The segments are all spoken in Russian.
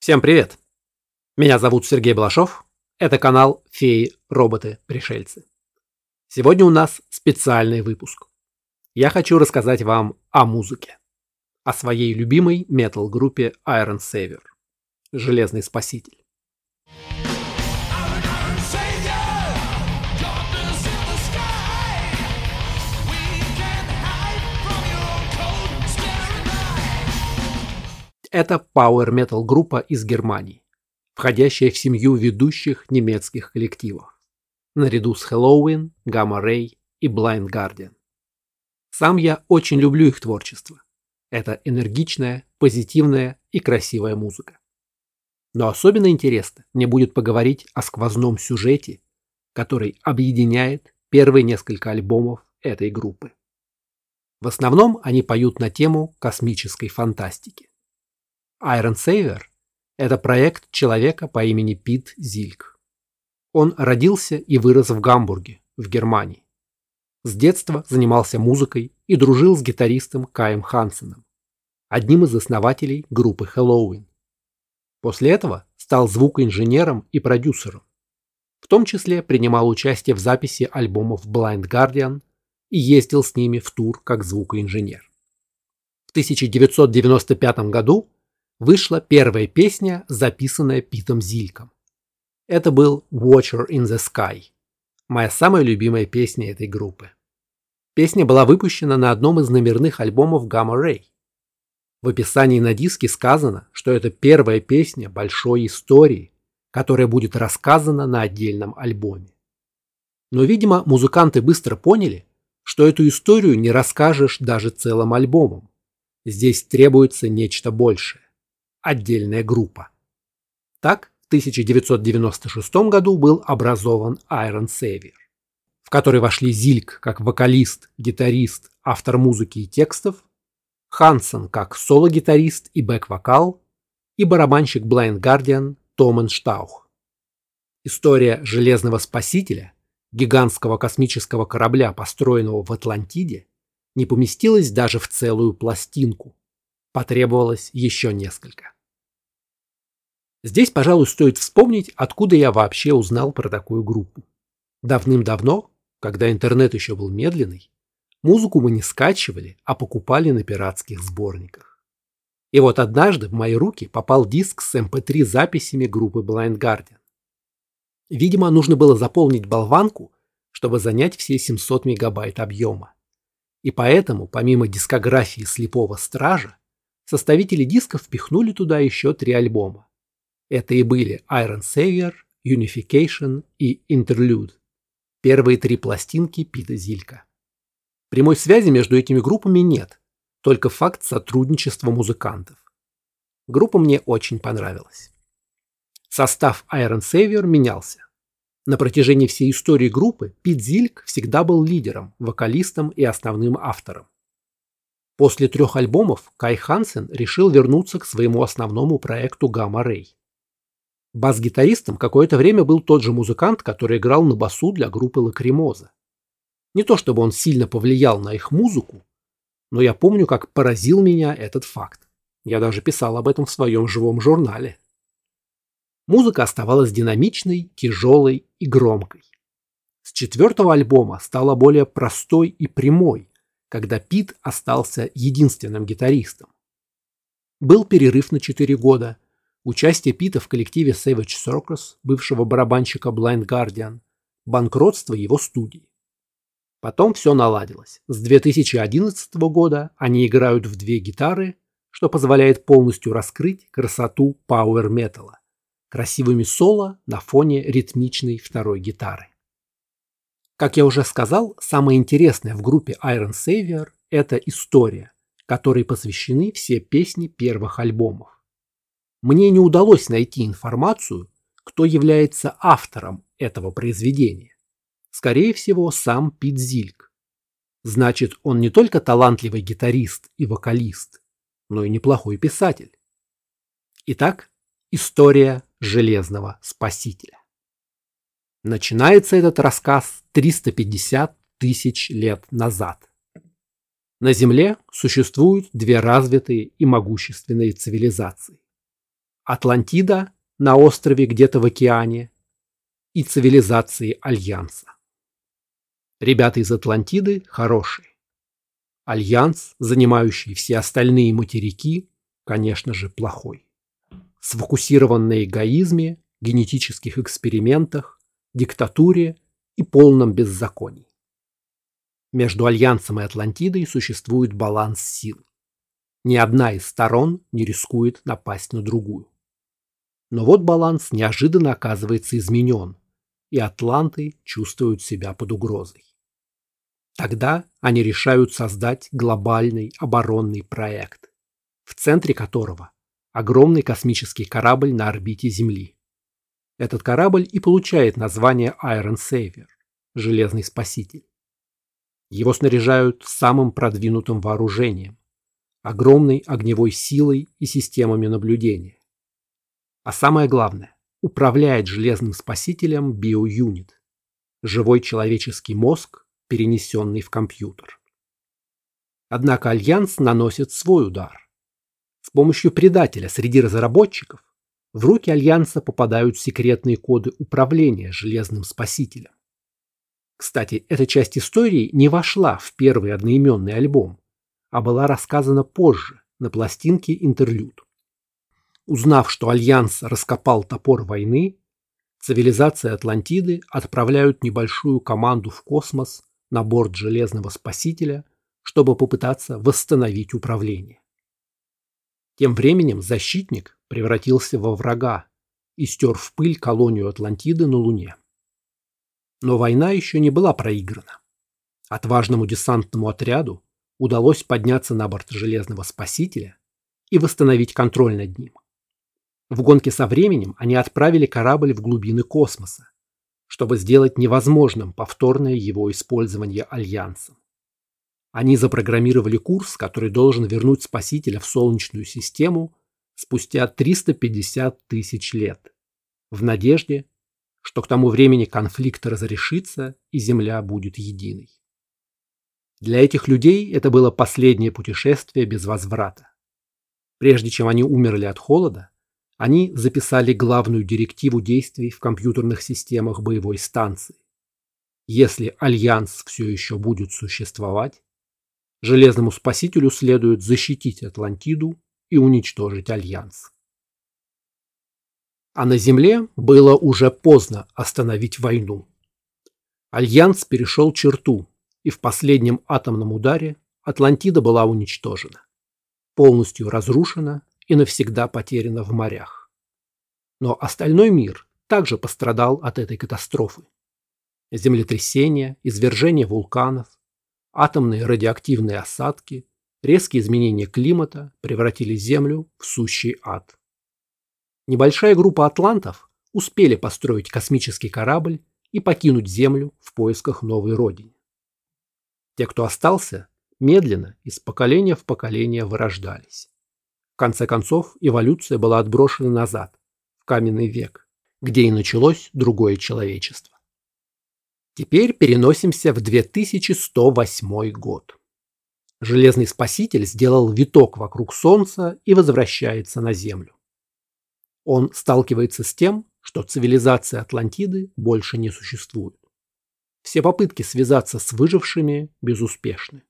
Всем привет! Меня зовут Сергей Балашов. Это канал «Феи, роботы, пришельцы». Сегодня у нас специальный выпуск. Я хочу рассказать вам о музыке. О своей любимой метал-группе Iron Savior. Железный спаситель. Это пауэр-метал-группа из Германии, входящая в семью ведущих немецких коллективов, наряду с Helloween, Gamma Ray и Blind Guardian. Сам я очень люблю их творчество. Это энергичная, позитивная и красивая музыка. Но особенно интересно мне будет поговорить о сквозном сюжете, который объединяет первые несколько альбомов этой группы. В основном они поют на тему космической фантастики. Iron Savior – это проект человека по имени Пит Зильк. Он родился и вырос в Гамбурге, в Германии. С детства занимался музыкой и дружил с гитаристом Каем Хансеном, одним из основателей группы Helloween. После этого стал звукоинженером и продюсером. В том числе принимал участие в записи альбомов Blind Guardian и ездил с ними в тур как звукоинженер. В 1995 году вышла первая песня, записанная Питом Зильком. Это был Watcher in the Sky, моя самая любимая песня этой группы. Песня была выпущена на одном из номерных альбомов Gamma Ray. В описании на диске сказано, что это первая песня большой истории, которая будет рассказана на отдельном альбоме. Но, видимо, музыканты быстро поняли, что эту историю не расскажешь даже целым альбомом. Здесь требуется нечто большее. Отдельная группа. Так, в 1996 году был образован Iron Savior, в который вошли Зильк как вокалист, гитарист, автор музыки и текстов, Хансен как соло-гитарист и бэк-вокал и барабанщик Blind Guardian Томен Штаух. История Железного Спасителя, гигантского космического корабля, построенного в Атлантиде, не поместилась даже в целую пластинку. Потребовалось еще несколько. Здесь, пожалуй, стоит вспомнить, откуда я вообще узнал про такую группу. Давным-давно, когда интернет еще был медленный, музыку мы не скачивали, а покупали на пиратских сборниках. И вот однажды в мои руки попал диск с MP3 записями группы Blind Guardian. Видимо, нужно было заполнить болванку, чтобы занять все 700 мегабайт объема. И поэтому, помимо дискографии «Слепого стража», составители диска впихнули туда еще 3 альбома. Это и были Iron Savior, Unification и Interlude. Первые 3 пластинки Пита Зилька. Прямой связи между этими группами нет, только факт сотрудничества музыкантов. Группа мне очень понравилась. Состав Iron Savior менялся. На протяжении всей истории группы Пит Зильк всегда был лидером, вокалистом и основным автором. После 3 альбомов Кай Хансен решил вернуться к своему основному проекту Gamma Ray. Бас-гитаристом какое-то время был тот же музыкант, который играл на басу для группы Лакримоза. Не то чтобы он сильно повлиял на их музыку, но я помню, как поразил меня этот факт. Я даже писал об этом в своем живом журнале. Музыка оставалась динамичной, тяжелой и громкой. С 4-го альбома стала более простой и прямой, когда Пит остался единственным гитаристом. Был перерыв на 4 года, участие Пита в коллективе Savage Circus, бывшего барабанщика Blind Guardian, банкротство его студии. Потом все наладилось. С 2011 года они играют в 2 гитары, что позволяет полностью раскрыть красоту пауэр-металла, красивыми соло на фоне ритмичной 2-й гитары. Как я уже сказал, самое интересное в группе Iron Savior – это история, которой посвящены все песни первых альбомов. Мне не удалось найти информацию, кто является автором этого произведения. Скорее всего, сам Пит Зильк. Значит, он не только талантливый гитарист и вокалист, но и неплохой писатель. Итак, история Железного Спасителя. Начинается этот рассказ 350 тысяч лет назад. На Земле существуют 2 развитые и могущественные цивилизации. Атлантида на острове где-то в океане и цивилизации Альянса. Ребята из Атлантиды хорошие. Альянс, занимающий все остальные материки, конечно же, плохой. Сфокусирован на эгоизме, генетических экспериментах, диктатуре и полном беззаконии. Между Альянсом и Атлантидой существует баланс сил. Ни одна из сторон не рискует напасть на другую. Но вот баланс неожиданно оказывается изменен, и атланты чувствуют себя под угрозой. Тогда они решают создать глобальный оборонный проект, в центре которого огромный космический корабль на орбите Земли. Этот корабль и получает название Iron Savior – Железный Спаситель. Его снаряжают самым продвинутым вооружением, огромной огневой силой и системами наблюдения. А самое главное, управляет Железным Спасителем биоюнит – живой человеческий мозг, перенесенный в компьютер. Однако Альянс наносит свой удар. С помощью предателя среди разработчиков в руки Альянса попадают секретные коды управления Железным Спасителем. Кстати, эта часть истории не вошла в первый одноименный альбом, а была рассказана позже, на пластинке «Интерлюд». Узнав, что Альянс раскопал топор войны, цивилизация Атлантиды отправляют небольшую команду в космос на борт Железного Спасителя, чтобы попытаться восстановить управление. Тем временем Защитник превратился во врага и стер в пыль колонию Атлантиды на Луне. Но война еще не была проиграна. Отважному десантному отряду удалось подняться на борт Железного Спасителя и восстановить контроль над ним. В гонке со временем они отправили корабль в глубины космоса, чтобы сделать невозможным повторное его использование Альянсом. Они запрограммировали курс, который должен вернуть Спасителя в Солнечную систему спустя 350 тысяч лет, в надежде, что к тому времени конфликт разрешится и Земля будет единой. Для этих людей это было последнее путешествие без возврата. Прежде чем они умерли от холода, они записали главную директиву действий в компьютерных системах боевой станции. Если Альянс все еще будет существовать, Железному Спасителю следует защитить Атлантиду и уничтожить Альянс. А на Земле было уже поздно остановить войну. Альянс перешел черту, и в последнем атомном ударе Атлантида была уничтожена, полностью разрушена и навсегда потеряна в морях. Но остальной мир также пострадал от этой катастрофы. Землетрясения, извержения вулканов, атомные радиоактивные осадки, резкие изменения климата превратили Землю в сущий ад. Небольшая группа атлантов успели построить космический корабль и покинуть Землю в поисках новой родины. Те, кто остался, медленно из поколения в поколение вырождались. В конце концов, эволюция была отброшена назад, в каменный век, где и началось другое человечество. Теперь переносимся в 2108 год. Железный Спаситель сделал виток вокруг Солнца и возвращается на Землю. Он сталкивается с тем, что цивилизация Атлантиды больше не существует. Все попытки связаться с выжившими безуспешны.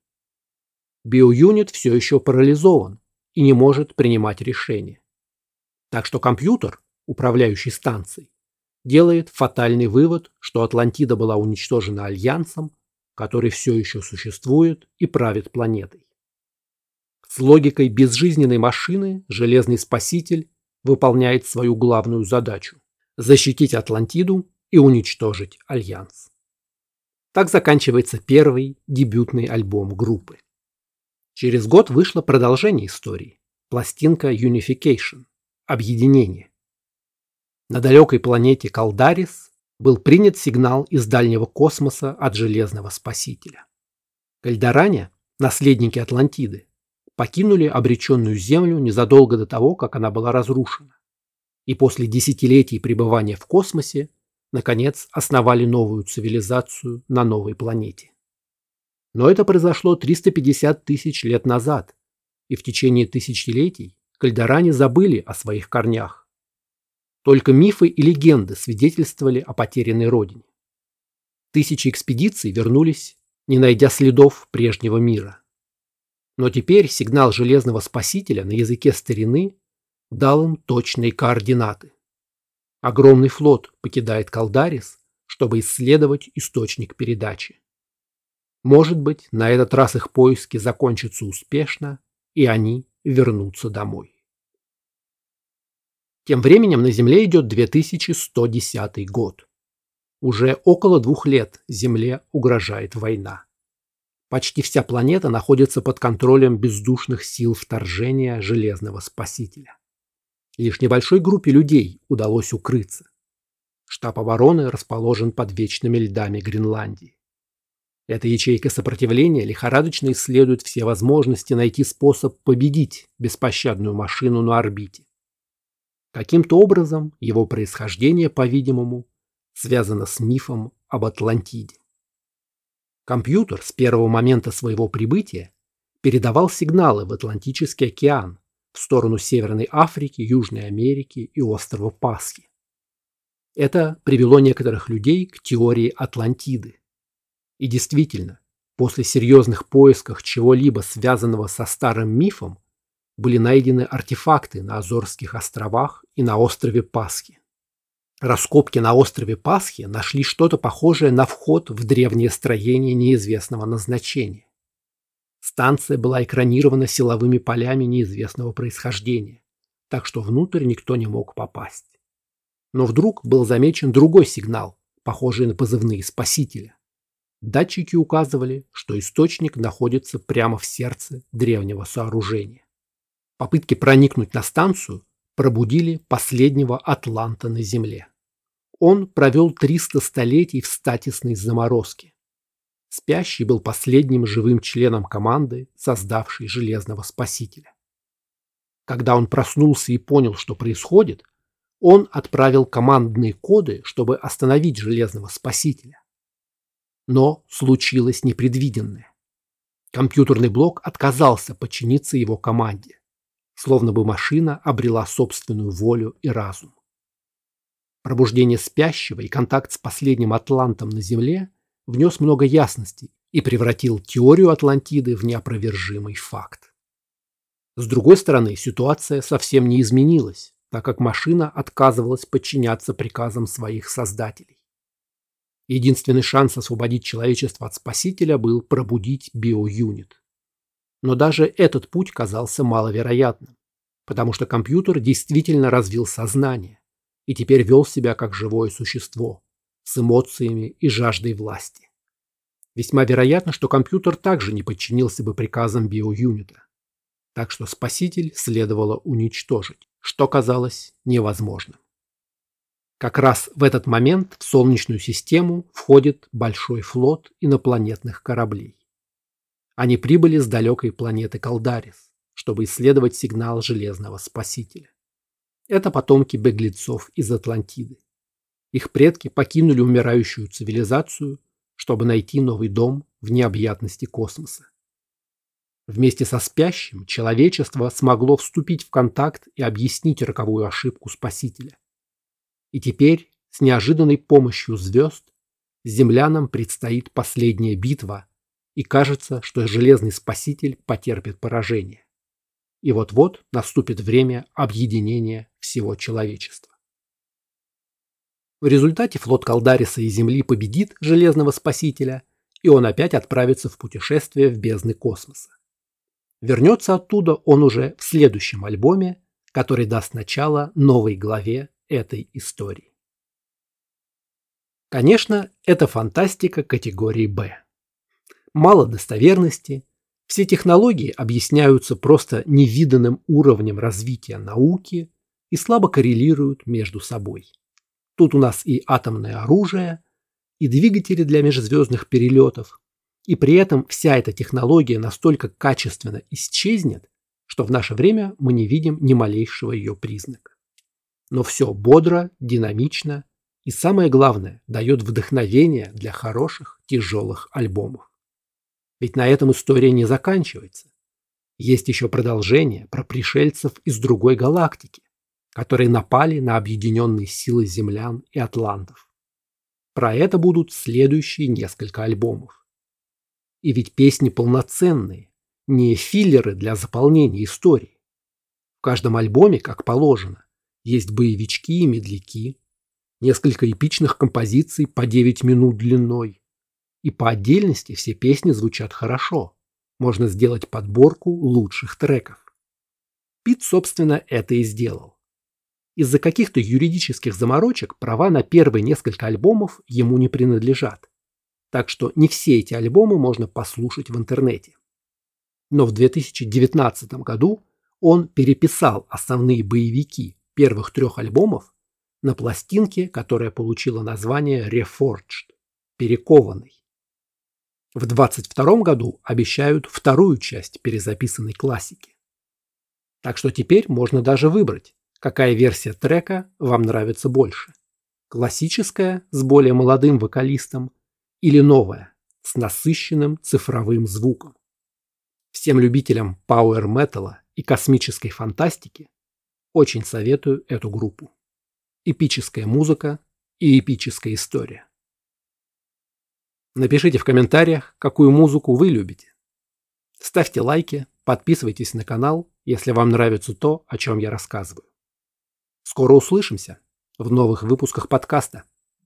Биоюнит все еще парализован и не может принимать решения. Так что компьютер, управляющий станцией, делает фатальный вывод, что Атлантида была уничтожена Альянсом, который все еще существует и правит планетой. С логикой безжизненной машины Железный Спаситель выполняет свою главную задачу – защитить Атлантиду и уничтожить Альянс. Так заканчивается первый дебютный альбом группы. Через год вышло продолжение истории – пластинка Unification – Объединение. На далекой планете Калдарис был принят сигнал из дальнего космоса от Железного Спасителя. Кальдаране, наследники Атлантиды, покинули обреченную Землю незадолго до того, как она была разрушена, и после десятилетий пребывания в космосе наконец основали новую цивилизацию на новой планете. Но это произошло 350 тысяч лет назад, и в течение тысячелетий кальдаране забыли о своих корнях Только мифы и легенды свидетельствовали о потерянной родине. Тысячи экспедиций вернулись, не найдя следов прежнего мира. Но теперь сигнал Железного Спасителя на языке старины дал им точные координаты. Огромный флот покидает Калдарис, чтобы исследовать источник передачи. Может быть, на этот раз их поиски закончатся успешно, и они вернутся домой. Тем временем на Земле идет 2110 год. Уже около 2 лет Земле угрожает война. Почти вся планета находится под контролем бездушных сил вторжения Железного Спасителя. Лишь небольшой группе людей удалось укрыться. Штаб обороны расположен под вечными льдами Гренландии. Эта ячейка сопротивления лихорадочно исследует все возможности найти способ победить беспощадную машину на орбите. Каким-то образом его происхождение, по-видимому, связано с мифом об Атлантиде. Компьютер с первого момента своего прибытия передавал сигналы в Атлантический океан, в сторону Северной Африки, Южной Америки и острова Пасхи. Это привело некоторых людей к теории Атлантиды. И действительно, после серьезных поисков чего-либо связанного со старым мифом, были найдены артефакты на Азорских островах и на острове Пасхи. Раскопки на острове Пасхи нашли что-то похожее на вход в древнее строение неизвестного назначения. Станция была экранирована силовыми полями неизвестного происхождения, так что внутрь никто не мог попасть. Но вдруг был замечен другой сигнал, похожий на позывные спасителя. Датчики указывали, что источник находится прямо в сердце древнего сооружения. Попытки проникнуть на станцию пробудили последнего атланта на Земле. Он провел 300 столетий в статисной заморозке. Спящий был последним живым членом команды, создавшей Железного Спасителя. Когда он проснулся и понял, что происходит, он отправил командные коды, чтобы остановить Железного Спасителя. Но случилось непредвиденное. Компьютерный блок отказался подчиниться его команде, словно бы машина обрела собственную волю и разум. Пробуждение спящего и контакт с последним атлантом на Земле внес много ясности и превратил теорию Атлантиды в неопровержимый факт. С другой стороны, ситуация совсем не изменилась, так как машина отказывалась подчиняться приказам своих создателей. Единственный шанс освободить человечество от спасителя был пробудить биоюнит. Но даже этот путь казался маловероятным, потому что компьютер действительно развил сознание и теперь вел себя как живое существо, с эмоциями и жаждой власти. Весьма вероятно, что компьютер также не подчинился бы приказам биоюнита. Так что спаситель следовало уничтожить, что казалось невозможным. Как раз в этот момент в Солнечную систему входит большой флот инопланетных кораблей. Они прибыли с далекой планеты Калдарис, чтобы исследовать сигнал Железного Спасителя. Это потомки беглецов из Атлантиды. Их предки покинули умирающую цивилизацию, чтобы найти новый дом в необъятности космоса. Вместе со спящим человечество смогло вступить в контакт и объяснить роковую ошибку Спасителя. И теперь, с неожиданной помощью звезд, землянам предстоит последняя битва, и кажется, что Железный Спаситель потерпит поражение. И вот-вот наступит время объединения всего человечества. В результате флот Калдариса и Земли победит Железного Спасителя, и он опять отправится в путешествие в бездны космоса. Вернется оттуда он уже в следующем альбоме, который даст начало новой главе этой истории. Конечно, это фантастика категории «Б». Мало достоверности, все технологии объясняются просто невиданным уровнем развития науки и слабо коррелируют между собой. Тут у нас и атомное оружие, и двигатели для межзвездных перелетов, и при этом вся эта технология настолько качественно исчезнет, что в наше время мы не видим ни малейшего ее признака. Но все бодро, динамично и, самое главное, дает вдохновение для хороших, тяжелых альбомов. Ведь на этом история не заканчивается. Есть еще продолжение про пришельцев из другой галактики, которые напали на объединенные силы землян и атлантов. Про это будут следующие несколько альбомов. И ведь песни полноценные, не филлеры для заполнения истории. В каждом альбоме, как положено, есть боевички и медляки, несколько эпичных композиций по 9 минут длиной. И по отдельности все песни звучат хорошо. Можно сделать подборку лучших треков. Пит, собственно, это и сделал. Из-за каких-то юридических заморочек права на первые несколько альбомов ему не принадлежат. Так что не все эти альбомы можно послушать в интернете. Но в 2019 году он переписал основные боевики первых 3 альбомов на пластинке, которая получила название Reforged – перекованный. В 2022 году обещают вторую часть перезаписанной классики. Так что теперь можно даже выбрать, какая версия трека вам нравится больше. Классическая с более молодым вокалистом или новая с насыщенным цифровым звуком. Всем любителям пауэр-металла и космической фантастики очень советую эту группу. Эпическая музыка и эпическая история. Напишите в комментариях, какую музыку вы любите. Ставьте лайки, подписывайтесь на канал, если вам нравится то, о чем я рассказываю. Скоро услышимся в новых выпусках подкаста.